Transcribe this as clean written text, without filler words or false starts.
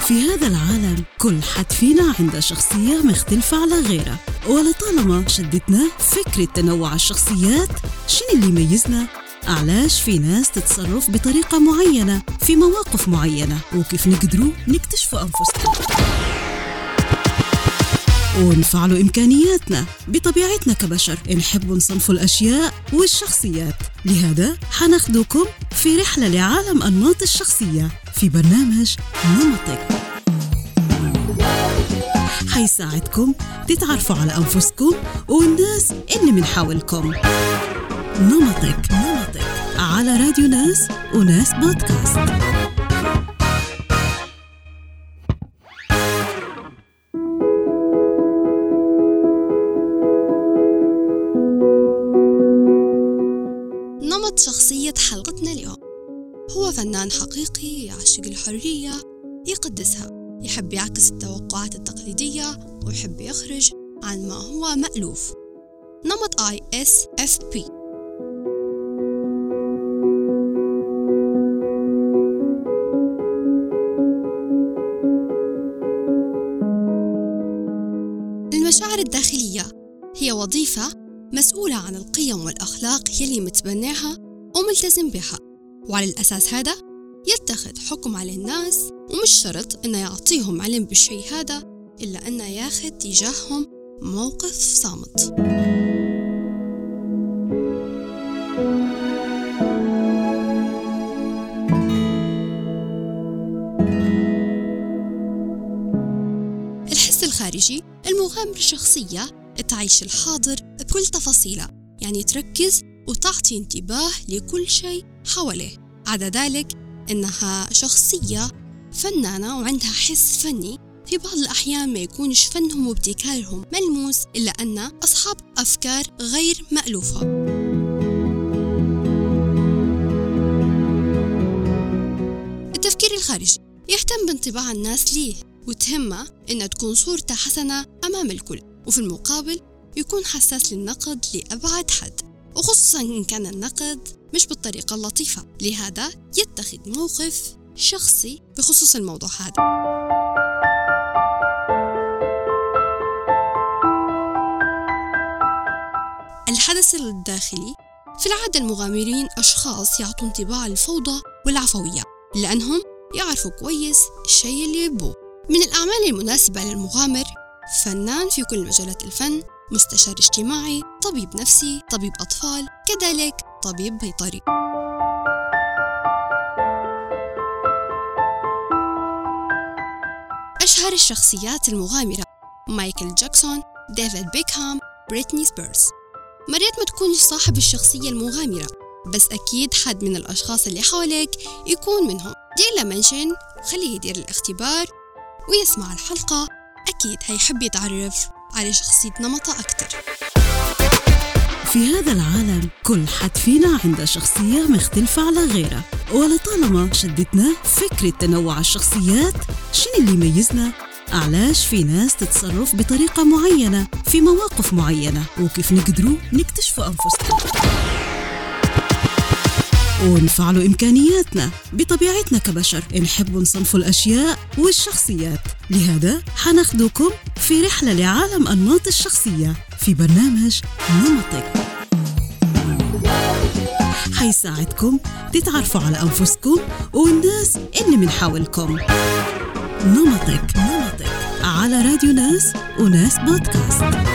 في هذا العالم كل حد فينا عنده شخصية مختلفة على غيره، ولطالما شدتنا فكرة تنوع الشخصيات، شنو اللي يميزنا؟ علاش في ناس تتصرف بطريقة معينة في مواقف معينة، وكيف نقدروا نكتشفوا أنفسنا ونفعلوا إمكانياتنا. بطبيعتنا كبشر نحب نصنف الأشياء والشخصيات، لهذا حناخدكم في رحلة لعالم أنماط الشخصية في برنامج نمطك، حيساعدكم تتعرفوا على أنفسكم والناس اللي من حولكم. نمطك على راديو ناس وناس بودكاست. نمط شخصية حلقتنا اليوم هو فنان حقيقي يعشق الحرية، يقدسها، يحب يعكس التوقعات التقليدية ويحب يخرج عن ما هو مألوف. نمط ISFP. المشاعر الداخلية هي وظيفة مسؤولة عن القيم والأخلاق يلي متبناها وملتزم بها، وعلى الأساس هذا يتخذ حكم على الناس، ومش شرط إنه يعطيهم علم بالشيء هذا، إلا إنه ياخذ تجاههم موقف صامت. الحس الخارجي المغامر الشخصية تعيش الحاضر بكل تفاصيله، يعني تركز وتعطي انتباه لكل شيء حواليه. عدا ذلك إنها شخصية فنانة وعندها حس فني، في بعض الأحيان ما يكونش فنهم وابتكارهم ملموس، إلا أن أصحاب أفكار غير مألوفة. التفكير الخارجي يهتم بانطباع الناس ليه، وتهمه إن تكون صورته حسنة أمام الكل، وفي المقابل يكون حساس للنقد لأبعد حد، وخصوصاً إن كان النقد مش بالطريقة اللطيفة، لهذا يتخذ موقف شخصي بخصوص الموضوع هذا. الحدث الداخلي في العادة المغامرين أشخاص يعطون انطباع الفوضى والعفوية، لأنهم يعرفوا كويس الشيء اللي يبوه. من الأعمال المناسبة للمغامر فنان في كل مجالات الفن، مستشار اجتماعي، طبيب نفسي، طبيب أطفال، كذلك طبيب بيطري. أشهر الشخصيات المغامرة مايكل جاكسون، ديفيد بيكهام، بريتني سبيرز. مرات ما تكونش صاحب الشخصية المغامرة، بس أكيد حد من الأشخاص اللي حواليك يكون منهم. دير له منشن، خليه يدير الاختبار ويسمع الحلقة، أكيد هيحب يتعرف على شخصية نمطة أكتر. في هذا العالم كل حد فينا عنده شخصية مختلفة على غيره، ولطالما شدتنا فكرة تنوع الشخصيات، شنو اللي يميزنا؟ علاش في ناس تتصرف بطريقة معينة في مواقف معينة، وكيف نقدروا نكتشفوا أنفسنا ونفعلوا إمكانياتنا. بطبيعتنا كبشر نحب نصنف الأشياء والشخصيات، لهذا حناخدكم في رحلة لعالم أنماط الشخصية في برنامج نمطك، حيساعدكم تتعرفوا على أنفسكم والناس اللي من حولكم. نمطك على راديو ناس وناس بودكاست.